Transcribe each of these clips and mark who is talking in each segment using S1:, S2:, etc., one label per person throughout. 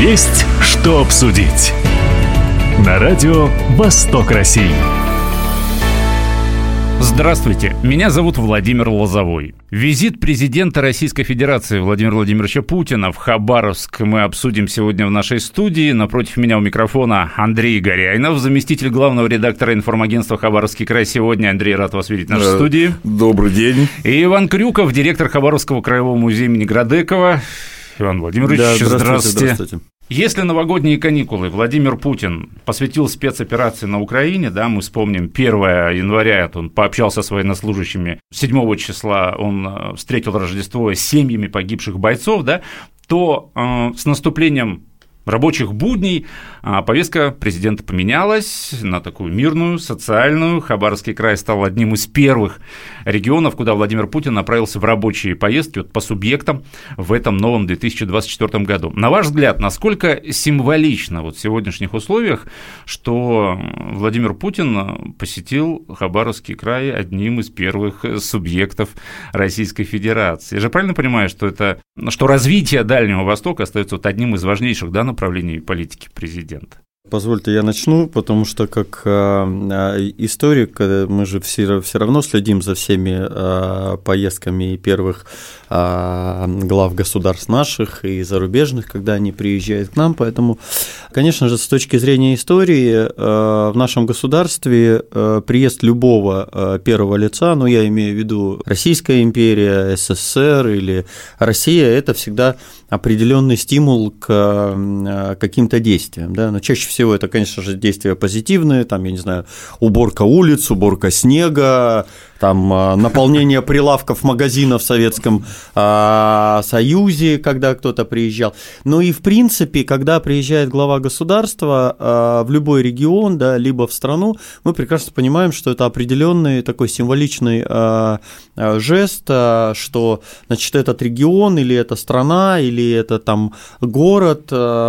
S1: Есть что обсудить. На радио «Восток России».
S2: Здравствуйте, меня зовут Владимир Лозовой. Визит президента Российской Федерации Владимира Владимировича Путина в Хабаровск мы обсудим сегодня в нашей студии. Напротив меня у микрофона Андрей Горяйнов, заместитель главного редактора информагентства «Хабаровский край». Сегодня, Андрей, рад вас видеть в нашей студии.
S3: Добрый день.
S2: И Иван Крюков, директор Хабаровского краевого музея имени Градекова. Иван Владимирович, здравствуйте. Если новогодние каникулы Владимир Путин посвятил спецоперации на Украине, да, мы вспомним, 1 января он пообщался с военнослужащими, 7 числа он встретил Рождество с семьями погибших бойцов, да, то с наступлением рабочих будней повестка президента поменялась на такую мирную, социальную. Хабаровский край стал одним из первых регионов, куда Владимир Путин направился в рабочие поездки по субъектам в этом новом 2024 году. На ваш взгляд, насколько символично в сегодняшних условиях, что Владимир Путин посетил Хабаровский край одним из первых субъектов Российской Федерации? Я же правильно понимаю, что развитие Дальнего Востока остается одним из важнейших, да, направлений политики президента?
S4: Позвольте, я начну, потому что как историк мы же все равно следим за всеми поездками первых глав государств наших и зарубежных, когда они приезжают к нам, поэтому, конечно же, с точки зрения истории в нашем государстве приезд любого первого лица, я имею в виду Российская империя, СССР или Россия, это всегда определенный стимул к каким-то действиям, да, но чаще всего это, конечно же, действия позитивные, там, я не знаю, уборка улиц, уборка снега, там, наполнение прилавков магазинов в Советском Союзе, когда кто-то приезжал. Ну и, в принципе, когда приезжает глава государства в любой регион, да, либо в страну, мы прекрасно понимаем, что это определенный такой символичный жест, что, значит, этот регион или эта страна, или это там город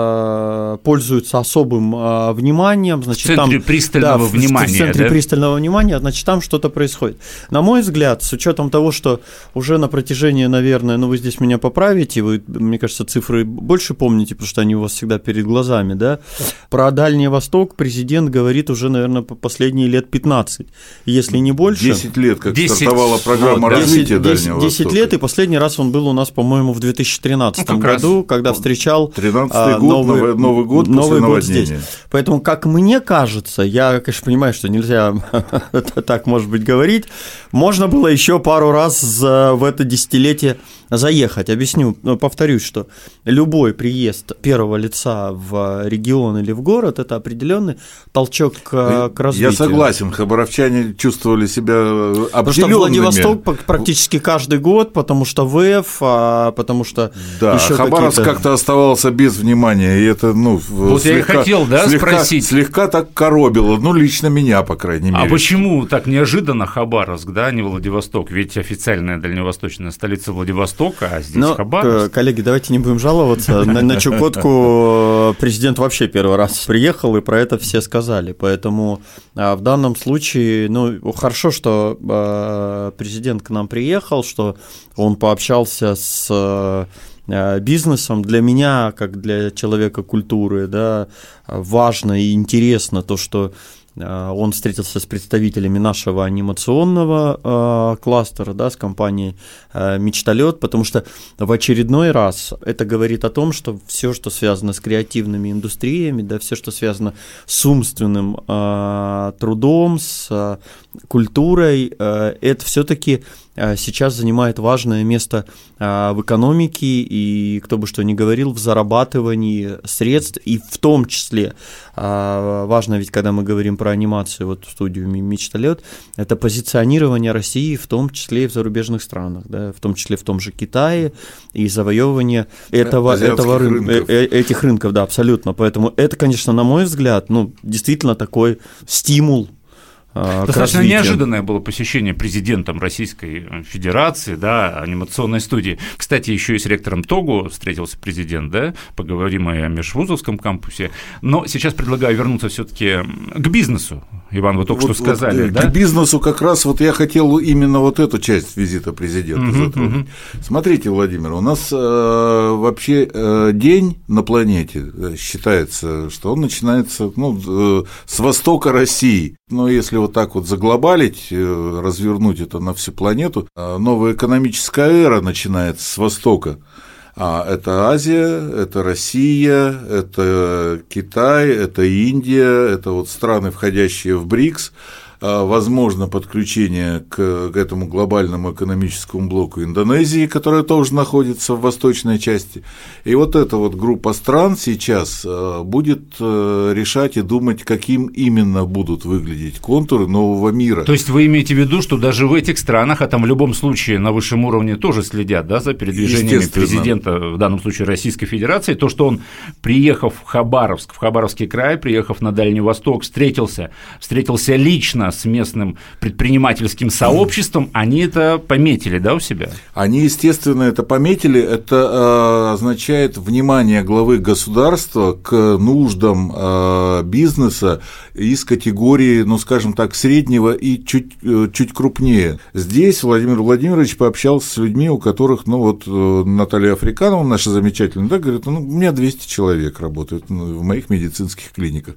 S4: пользуются особым вниманием. Значит, в центре
S2: пристального внимания.
S4: В центре пристального внимания, значит, там что-то происходит. На мой взгляд, с учетом того, что уже на протяжении, наверное, вы здесь меня поправите, вы, мне кажется, цифры больше помните, потому что они у вас всегда перед глазами, да, про Дальний Восток президент говорит уже, наверное, последние лет 15, если не больше.
S3: 10 лет, как стартовала программа развития Дальнего Востока.
S4: 10 лет, и последний раз он был у нас, по-моему, в 2013 году, когда встречал
S3: 13-й год, Новый год после наводнения.
S4: Здесь. Поэтому, как мне кажется, я, конечно, понимаю, что нельзя так, может быть, говорить, можно было еще пару раз в это десятилетие заехать. Объясню, повторюсь, что любой приезд первого лица в регион или в город – это определенный толчок к развитию.
S3: Я согласен, хабаровчане чувствовали себя обделенными.
S4: Потому что Владивосток практически каждый год, потому что ВЭФ, потому что еще
S3: Хабаровск как-то оставался без внимания, и это,
S2: вот я и хотел, спросить.
S3: Слегка так коробило, лично меня, по крайней мере.
S2: А почему так неожиданно Хабаровск, да, а не Владивосток? Ведь официальная дальневосточная столица Владивосток, а здесь Хабаровск.
S4: Коллеги, давайте не будем жаловаться. На Чукотку президент вообще первый раз приехал, и про это все сказали. Поэтому в данном случае, хорошо, что президент к нам приехал, что он пообщался с бизнесом. Для меня, как для человека культуры, да, важно и интересно то, что он встретился с представителями нашего анимационного кластера, да, с компанией «Мечталет», потому что в очередной раз это говорит о том, что все, что связано с креативными индустриями, да, все, что связано с умственным трудом, с культурой, это все-таки сейчас занимает важное место в экономике и, кто бы что ни говорил, в зарабатывании средств, и в том числе важно, ведь когда мы говорим про анимацию, в студию «Мечталет», это позиционирование России, в том числе и в зарубежных странах, да, в том числе в том же Китае, и завоевывание этих рынков, да, абсолютно. Поэтому это, конечно, на мой взгляд, действительно такой стимул
S2: Достаточно неожиданное было посещение президентом Российской Федерации, да, анимационной студии. Кстати, еще и с ректором ТОГУ встретился президент, да, поговорим и о межвузовском кампусе. Но сейчас предлагаю вернуться все-таки к бизнесу. Иван, вы только что сказали, да?
S3: К бизнесу как раз вот я хотел именно вот эту часть визита президента затронуть. Смотрите, Владимир, у нас вообще день на планете считается, что он начинается с востока России. Но если вот так вот заглобалить, развернуть это на всю планету, новая экономическая эра начинается с востока. Это Азия, это Россия, это Китай, это Индия, это вот страны, входящие в БРИКС. Возможно подключение к этому глобальному экономическому блоку Индонезии, которая тоже находится в восточной части. И вот эта вот группа стран сейчас будет решать и думать, каким именно будут выглядеть контуры нового мира.
S2: То есть вы имеете в виду, что даже в этих странах, а там в любом случае на высшем уровне тоже следят, да, за передвижениями президента, в данном случае Российской Федерации, то, что он, приехав в Хабаровск, в Хабаровский край, приехав на Дальний Восток, встретился лично с местным предпринимательским сообществом, они это пометили, да, у себя?
S3: Они, естественно, это пометили. Это означает внимание главы государства к нуждам бизнеса из категории, скажем так, среднего и чуть крупнее. Здесь Владимир Владимирович пообщался с людьми, у которых, Наталья Африканова, наша замечательная, да, говорит, у меня 200 человек работают в моих медицинских клиниках.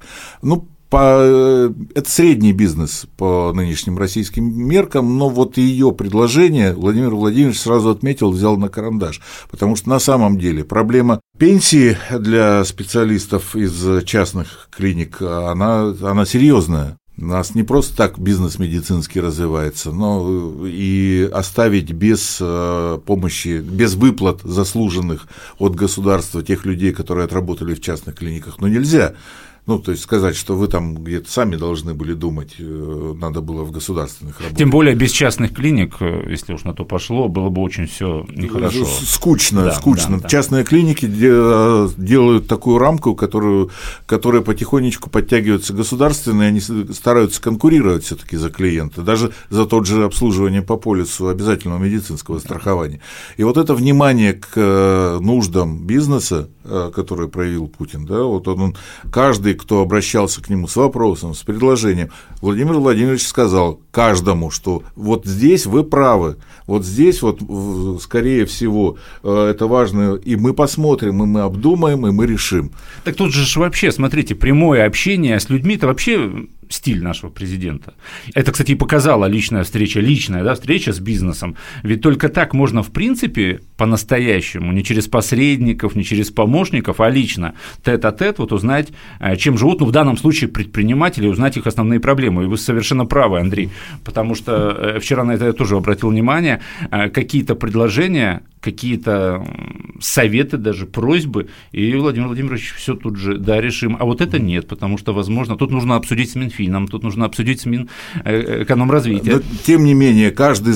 S3: Это средний бизнес по нынешним российским меркам, но вот ее предложение Владимир Владимирович сразу отметил, взял на карандаш, потому что на самом деле проблема пенсии для специалистов из частных клиник, она серьезная. У нас не просто так бизнес медицинский развивается, но и оставить без помощи, без выплат заслуженных от государства тех людей, которые отработали в частных клиниках, нельзя. То есть сказать, что вы там где-то сами должны были думать, надо было в государственных работах.
S2: Тем более без частных клиник, если уж на то пошло, было бы очень все нехорошо.
S3: Скучно. Да. Частные клиники делают такую рамку, которая потихонечку подтягивается государственные, они стараются конкурировать все-таки за клиента, даже за тот же обслуживание по полису обязательного медицинского страхования. И вот это внимание к нуждам бизнеса, которое проявил Путин, да, вот он каждый, кто обращался к нему с вопросом, с предложением, Владимир Владимирович сказал каждому, что вот здесь вы правы, вот здесь вот, скорее всего, это важно, и мы посмотрим, и мы обдумаем, и мы решим.
S2: Так тут же вообще, смотрите, прямое общение с людьми – это вообще стиль нашего президента. Это, кстати, и показала личная встреча с бизнесом. Ведь только так можно, в принципе, по-настоящему, не через посредников, не через помощников, а лично, тет-а-тет, узнать, чем живут, в данном случае предприниматели, узнать их основные проблемы. И вы совершенно правы, Андрей, потому что вчера на это я тоже обратил внимание, какие-то предложения, какие-то советы, даже просьбы, и Владимир Владимирович все тут же, да, решим, а вот это нет, потому что, возможно, тут нужно обсудить с Минфином, тут нужно обсудить с Минэкономразвития.
S3: Но, тем не менее,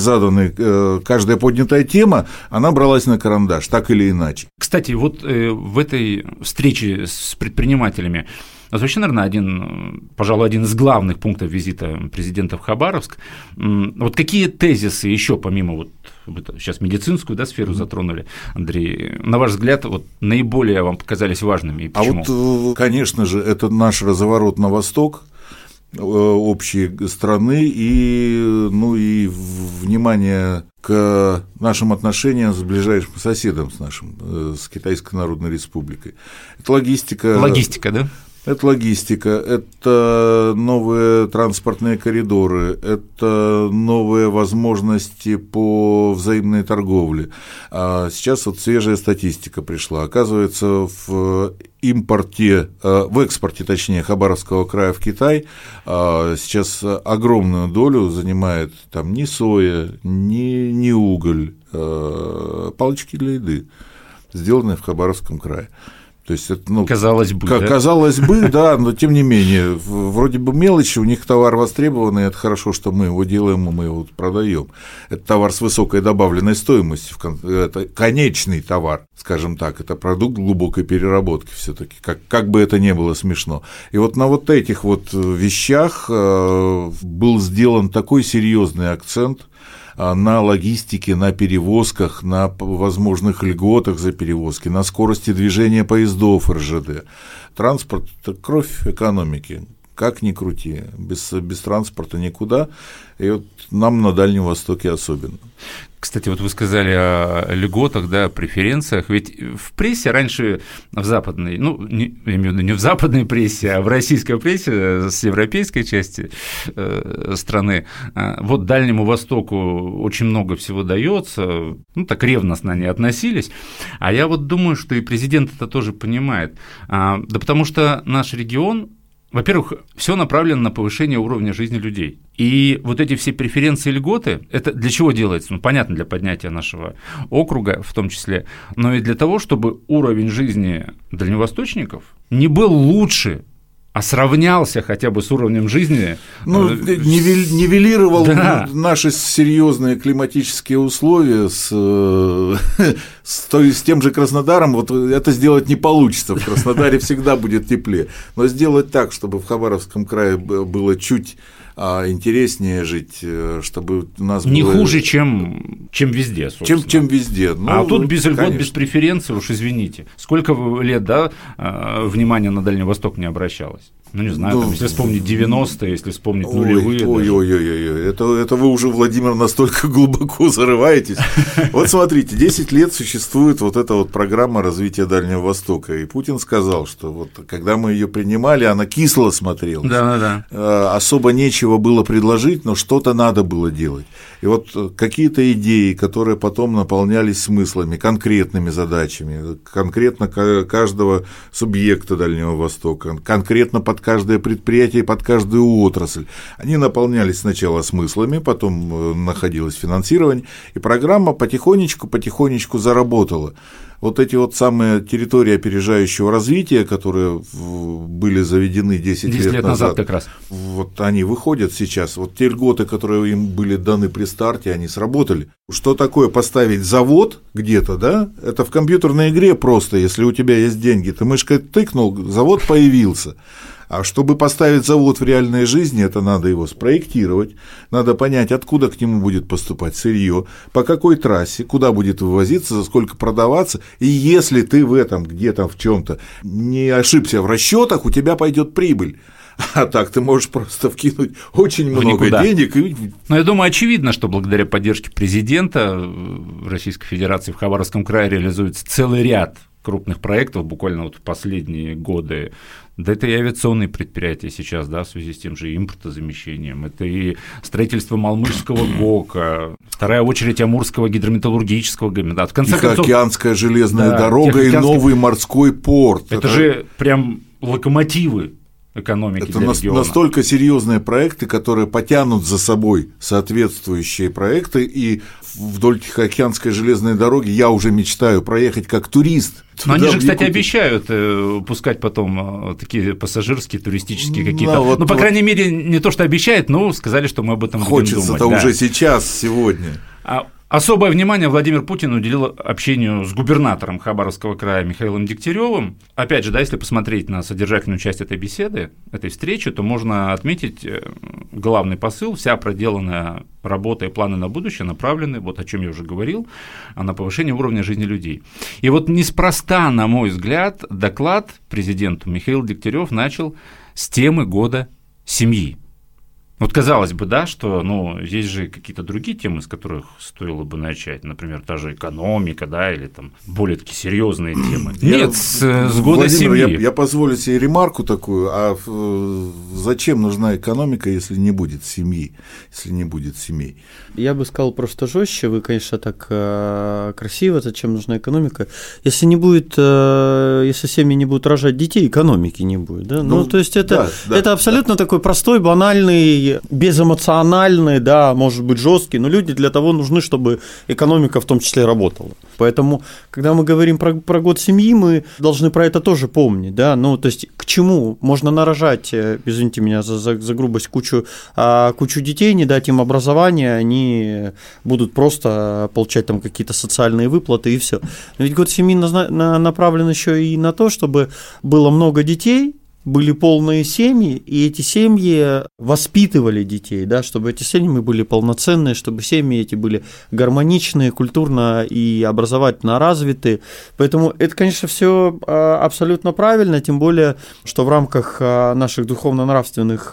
S3: каждая поднятая тема, она бралась на карандаш, так или иначе.
S2: Кстати, вот в этой встрече с предпринимателями вообще, наверное, пожалуй, один из главных пунктов визита президента в Хабаровск. Вот какие тезисы еще, помимо вы сейчас медицинскую, да, сферу затронули, Андрей, на ваш взгляд, наиболее вам показались важными и почему?
S3: Конечно же, это наш разворот на восток, общей страны и внимание к нашим отношениям с ближайшим соседом с Китайской Народной Республикой. Это логистика,
S2: да?
S3: Это логистика, это новые транспортные коридоры, это новые возможности по взаимной торговле. Сейчас свежая статистика пришла. Оказывается, в экспорте, точнее, Хабаровского края в Китай сейчас огромную долю занимает там не соя, не уголь, палочки для еды, сделанные в Хабаровском крае. То есть это,
S2: казалось бы,
S3: казалось бы, да, но тем не менее, вроде бы мелочи, у них товар востребованный, это хорошо, что мы его делаем, и мы его продаем. Это товар с высокой добавленной стоимостью, это конечный товар, скажем так, это продукт глубокой переработки все-таки, как бы это ни было смешно. И вот на вот этих вот вещах был сделан такой серьезный акцент на логистике, на перевозках, на возможных льготах за перевозки, на скорости движения поездов РЖД. Транспорт – это кровь экономики. Как ни крути, без транспорта никуда, и вот нам на Дальнем Востоке особенно.
S2: Кстати, вот вы сказали о льготах, да, о преференциях, ведь в прессе раньше, в западной, я имею в виду не в западной прессе, а в российской прессе с европейской части страны, вот Дальнему Востоку очень много всего дается, так ревностно они относились, а я вот думаю, что и президент это тоже понимает, да потому что наш регион, во-первых, все направлено на повышение уровня жизни людей. И вот эти все преференции и льготы, это для чего делается? Понятно, для поднятия нашего округа в том числе, но и для того, чтобы уровень жизни дальневосточников не был лучше, а сравнялся хотя бы с уровнем жизни.
S3: Нивелировал наши серьезные климатические условия с тем же Краснодаром. Вот это сделать не получится. В Краснодаре всегда будет теплее. Но сделать так, чтобы в Хабаровском крае было чуть интереснее жить, чтобы у нас
S2: не было... хуже, чем везде, собственно.
S3: Чем везде.
S2: А тут без льгот, без преференций, уж извините. Сколько лет, внимания на Дальний Восток не обращалось? Не знаю, если вспомнить 90-е, если вспомнить нулевые.
S3: Ой, это вы уже, Владимир, настолько глубоко зарываетесь. Вот смотрите, 10 лет существует вот эта вот программа развития Дальнего Востока, и Путин сказал, что вот когда мы ее принимали, она кисло смотрелась.
S2: Да.
S3: Особо нечего было предложить, но что-то надо было делать. И вот какие-то идеи, которые потом наполнялись смыслами, конкретными задачами, конкретно каждого субъекта Дальнего Востока, конкретно под каждое предприятие, под каждую отрасль, они наполнялись сначала смыслами, потом находилось финансирование, и программа потихонечку заработала. Вот эти вот самые территории опережающего развития, которые были заведены 10 лет назад
S2: как раз.
S3: Вот они выходят сейчас, вот те льготы, которые им были даны при старте, они сработали. Что такое поставить завод где-то, да? Это в компьютерной игре просто, если у тебя есть деньги, ты мышкой тыкнул, завод появился. А чтобы поставить завод в реальной жизни, это надо его спроектировать, надо понять, откуда к нему будет поступать сырье, по какой трассе, куда будет вывозиться, за сколько продаваться. И если ты в этом где-то в чем-то не ошибся в расчетах, у тебя пойдет прибыль. А так ты можешь просто вкинуть очень много денег.
S2: Но я думаю, очевидно, что благодаря поддержке президента Российской Федерации в Хабаровском крае реализуется целый ряд крупных проектов, буквально вот в последние годы. Да это и авиационные предприятия сейчас, в связи с тем же импортозамещением, это и строительство Малмыжского ГОКа, вторая очередь Амурского гидрометаллургического комбината. В конце концов,
S3: Тихоокеанская железная дорога и новый морской порт.
S2: Это же прям локомотивы экономики
S3: это
S2: для региона.
S3: Настолько серьезные проекты, которые потянут за собой соответствующие проекты, и вдоль Тихоокеанской железной дороги я уже мечтаю проехать как турист.
S2: Но они же, кстати, обещают пускать потом такие пассажирские, туристические какие-то. По крайней мере, не то, что обещают, но сказали, что мы об этом будем думать.
S3: Хочется-то уже сейчас, сегодня.
S2: Особое внимание Владимир Путин уделил общению с губернатором Хабаровского края Михаилом Дегтяревым. Опять же, если посмотреть на содержательную часть этой беседы, этой встречи, то можно отметить главный посыл: вся проделанная работа и планы на будущее направлены, вот о чем я уже говорил, на повышение уровня жизни людей. И вот неспроста, на мой взгляд, доклад президенту Михаил Дегтярев начал с темы года семьи. Вот казалось бы, что есть же какие-то другие темы, с которых стоило бы начать, например, та же экономика, или там более такие серьезные темы. Нет, с года семьи.
S3: Я позволю себе ремарку такую: а зачем нужна экономика, если не будет семьи, если не будет семей?
S4: Я бы сказал просто жестче. Вы, конечно, так красиво, зачем нужна экономика? Если не будет, если семьи не будут рожать детей, экономики не будет. Да? То есть это абсолютно такой простой, банальный такие безэмоциональные, да, может быть, жесткие, но люди для того нужны, чтобы экономика в том числе работала. Поэтому, когда мы говорим про год семьи, мы должны про это тоже помнить, да, ну, то есть к чему? Можно нарожать, извините меня за грубость, кучу детей, не дать им образование, они будут просто получать там какие-то социальные выплаты и все. Но ведь год семьи направлен еще и на то, чтобы было много детей, были полные семьи, и эти семьи воспитывали детей, да, чтобы эти семьи были полноценные, чтобы семьи эти были гармоничные, культурно и образовательно развитые. Поэтому это, конечно, все абсолютно правильно, тем более, что в рамках наших духовно-нравственных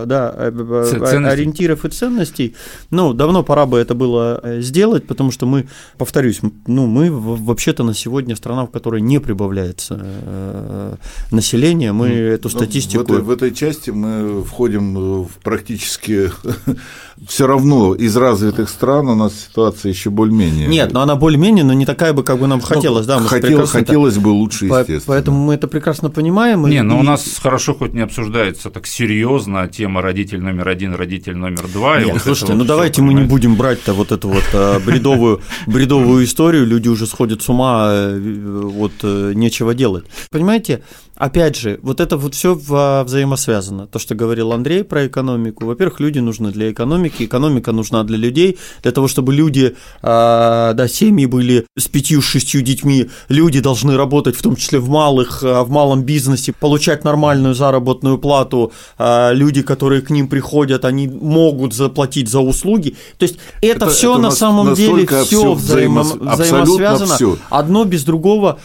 S4: ориентиров и ценностей, ну, давно пора бы это было сделать, потому что мы, повторюсь, ну, мы вообще-то на сегодня страна, в которой не прибавляется население, мы эту статистику.
S3: В этой части мы входим в практически все равно из развитых стран у нас ситуация еще более-менее.
S4: Нет, но она более-менее, но не такая бы, как бы нам хотелось. Да,
S3: хотелось бы лучше, естественно.
S4: Поэтому мы это прекрасно понимаем.
S2: Но у нас хорошо хоть не обсуждается так серьезно тема родитель номер 1, родитель номер 2.
S4: Нет, слушайте, ну давайте мы не будем брать-то вот эту вот бредовую историю, люди уже сходят с ума, вот нечего делать. Понимаете? Опять же, вот это вот все взаимосвязано. То, что говорил Андрей про экономику. Во-первых, люди нужны для экономики, экономика нужна для людей, для того, чтобы люди, семьи были с 5-6 детьми, люди должны работать, в том числе в малом бизнесе, получать нормальную заработную плату, люди, которые к ним приходят, они могут заплатить за услуги. То есть это все на самом деле все взаимосвязано. Всё. Одно без другого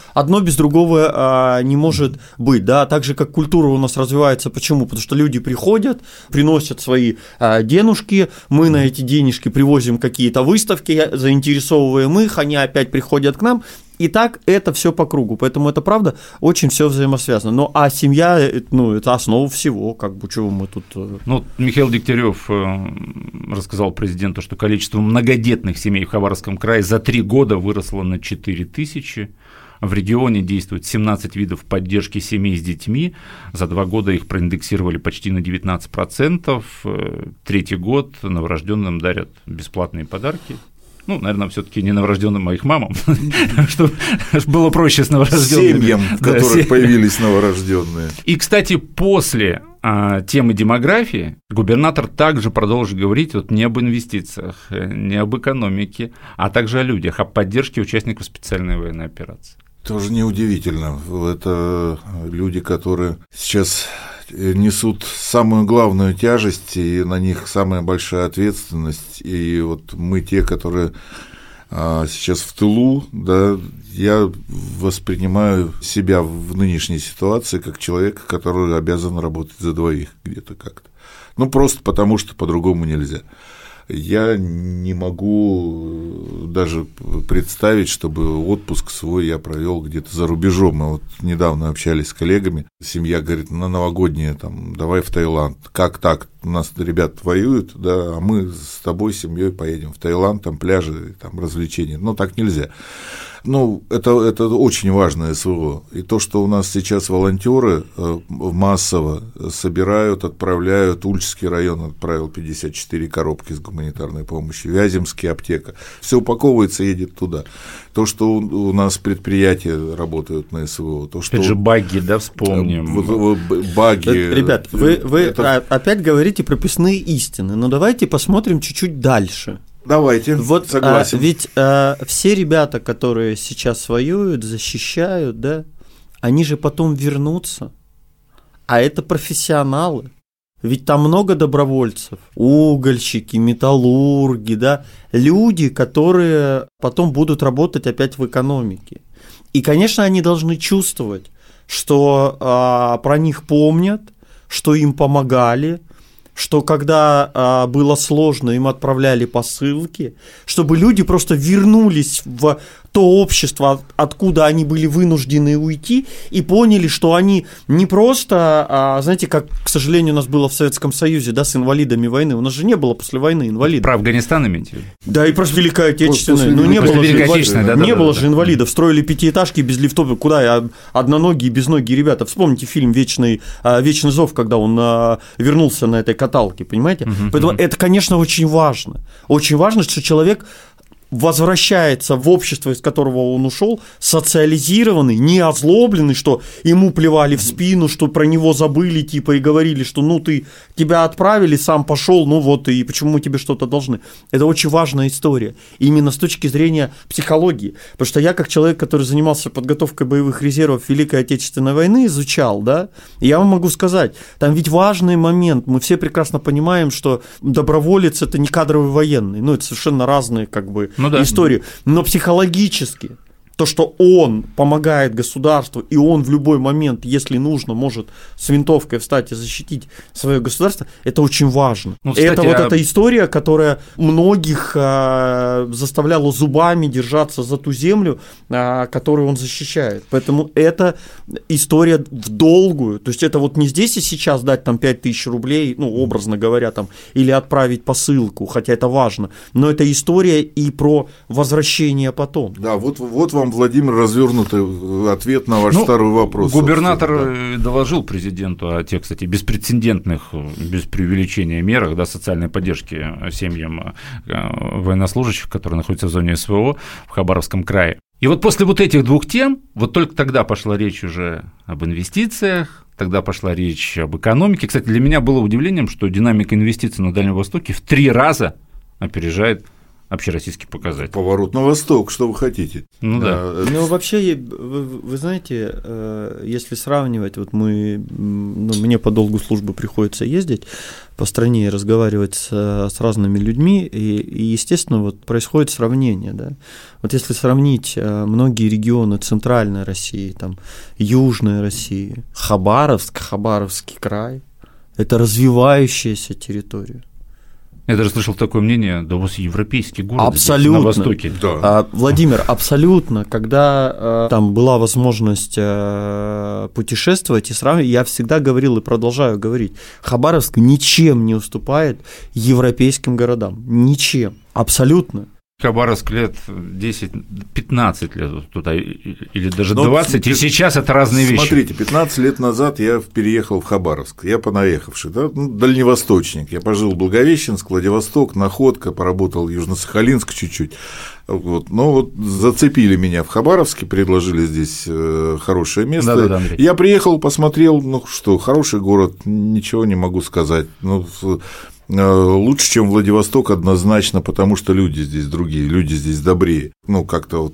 S4: не может быть, да, так же, как культура у нас развивается. Почему? Потому что люди приходят, приносят свои денежки, мы на эти денежки привозим какие-то выставки, заинтересовываем их, они опять приходят к нам, и так это все по кругу, поэтому это правда очень все взаимосвязано. Ну, а семья, ну, это основа всего, как бы, чего мы тут…
S2: Ну, Михаил Дегтярев рассказал президенту, что количество многодетных семей в Хабаровском крае за 3 года выросло на 4000. В регионе действует 17 видов поддержки семей с детьми. За 2 года их проиндексировали почти на 19%. Третий год новорожденным дарят бесплатные подарки. Ну, наверное, все-таки не новорожденным, а их мамам, чтобы было проще с новорожденными.
S3: Семьям, в которых появились новорожденные.
S2: И, кстати, после темы демографии губернатор также продолжит говорить вот не об инвестициях, не об экономике, а также о людях, о поддержке участников специальной военной операции.
S3: Тоже неудивительно. Это люди, которые сейчас несут самую главную тяжесть, и на них самая большая ответственность. И вот мы те, которые сейчас в тылу, да, я воспринимаю себя в нынешней ситуации как человека, который обязан работать за двоих где-то как-то. Ну, просто потому, что по-другому нельзя. Я не могу даже представить, чтобы отпуск свой я провел где-то за рубежом. Мы вот недавно общались с коллегами, семья говорит, на новогоднее, там, давай в Таиланд. Как так? У нас ребята воюют, да, а мы с тобой, семьей поедем в Таиланд, там пляжи, там развлечения. Ну, так нельзя. Ну, это очень важное СВО. И то, что у нас сейчас волонтеры массово собирают, отправляют, Ульчский район отправил 54 коробки с гуманитарной помощью, Вяземский аптека, все упаковывается и едет туда. То, что у нас предприятия работают на СВО, то, что…
S2: Опять же, баги, да, вспомним.
S3: Баги.
S4: Ребят, вы опять говорите прописные истины, но давайте посмотрим чуть-чуть дальше.
S3: Давайте,
S4: вот,
S3: согласен.
S4: Ведь все ребята, которые сейчас воюют, защищают, да, они же потом вернутся, а это профессионалы. Ведь там много добровольцев, угольщики, металлурги, да, люди, которые потом будут работать опять в экономике. И, конечно, они должны чувствовать, что про них помнят, что им помогали, что когда было сложно, им отправляли посылки, чтобы люди просто вернулись в то общество, откуда они были вынуждены уйти, и поняли, что они не просто, знаете, как, к сожалению, у нас было в Советском Союзе, да, с инвалидами войны, у нас же не было после войны инвалидов.
S2: Про Афганистан имеете?
S4: Да, и просто Великая Отечественная. Ну, не было же инвалидов, строили пятиэтажки без лифтов, куда одноногие, безногие ребята. Вспомните фильм «Вечный зов», когда он вернулся на этой каталке, понимаете? Поэтому это, конечно, очень важно. Очень важно, что человек возвращается в общество, из которого он ушел, социализированный, не озлобленный, что ему плевали в спину, что про него забыли, типа, и говорили, что тебя отправили, сам пошел, и почему мы тебе что-то должны. Это очень важная история, именно с точки зрения психологии, потому что я, как человек, который занимался подготовкой боевых резервов Великой Отечественной войны, изучал, да, я вам могу сказать, там ведь важный момент, мы все прекрасно понимаем, что доброволец – это не кадровый военный, это совершенно разные, историю, но психологически то, что он помогает государству, и он в любой момент, если нужно, может с винтовкой встать и защитить свое государство, это очень важно. Кстати, это эта история, которая многих заставляла зубами держаться за ту землю, которую он защищает. Поэтому это история в долгую. То есть это не здесь и сейчас дать 5000 рублей, образно говоря, или отправить посылку, хотя это важно, но это история и про возвращение потом.
S3: Да, вот вам, Владимир, развернутый ответ на ваш второй вопрос.
S2: Губернатор доложил президенту о тех, кстати, беспрецедентных, без преувеличения, мерах социальной поддержки семьям военнослужащих, которые находятся в зоне СВО в Хабаровском крае. И после этих двух тем, только тогда пошла речь уже об инвестициях, тогда пошла речь об экономике. Кстати, для меня было удивлением, что динамика инвестиций на Дальнем Востоке в 3 раза опережает общероссийский показатель.
S3: Поворот на восток, что вы хотите?
S4: Да. Вообще, вы знаете, если сравнивать, мне по долгу службы приходится ездить по стране и разговаривать с разными людьми, и естественно, происходит сравнение, да. Если сравнить многие регионы центральной России, южной России, Хабаровский край, это развивающаяся территория.
S2: Я даже слышал такое мнение, да у вас европейский город
S4: абсолютно.
S2: На Востоке.
S3: Да.
S4: Владимир, абсолютно. Когда там была возможность путешествовать и сравнивать, я всегда говорил и продолжаю говорить, Хабаровск ничем не уступает европейским городам. Ничем. Абсолютно.
S2: Хабаровск лет 10-15 лет туда, или даже 20, и сейчас это разные вещи.
S3: Смотрите, 15 лет назад я переехал в Хабаровск, я понаехавший, дальневосточник, я пожил в Благовещенск, Владивосток, Находка, поработал в Южно-Сахалинск чуть-чуть, зацепили меня в Хабаровске, предложили здесь хорошее место,
S2: Да,
S3: я приехал, посмотрел, хороший город, ничего не могу сказать, лучше, чем Владивосток, однозначно, потому что люди здесь другие, люди здесь добрее. Как-то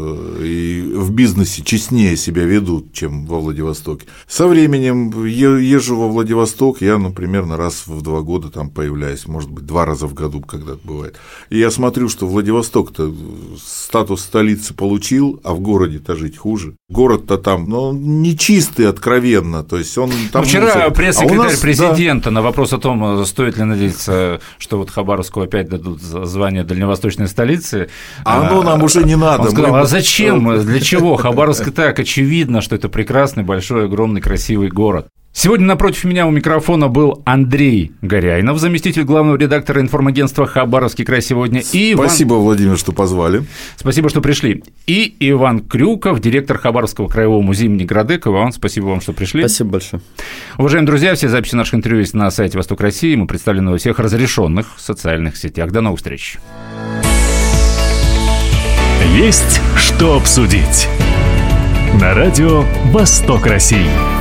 S3: и в бизнесе честнее себя ведут, чем во Владивостоке. Со временем езжу во Владивосток, я, примерно раз в 2 года там появляюсь, может быть, 2 раза в году когда-то бывает. И я смотрю, что Владивосток-то статус столицы получил, а в городе-то жить хуже. Город-то там, нечистый откровенно, то есть он там...
S2: Вчера пресс-секретарь президента на вопрос о том, стоит ли надеяться, что Хабаровску опять дадут звание дальневосточной столицы.
S3: Оно нам уже не надо.
S2: Он сказал, зачем, для чего? Хабаровск и так очевидно, что это прекрасный, большой, огромный, красивый город. Сегодня напротив меня у микрофона был Андрей Горяйнов, заместитель главного редактора информагентства «Хабаровский край сегодня».
S3: Спасибо, Владимир, что позвали.
S2: Спасибо, что пришли. И Иван Крюков, директор Хабаровского краевого музея имени Градекова. Иван, спасибо вам, что пришли.
S4: Спасибо большое.
S2: Уважаемые друзья, все записи наших интервью есть на сайте «Восток России». Мы представлены во всех разрешенных социальных сетях. До новых встреч.
S1: Есть что обсудить. На радио «Восток России».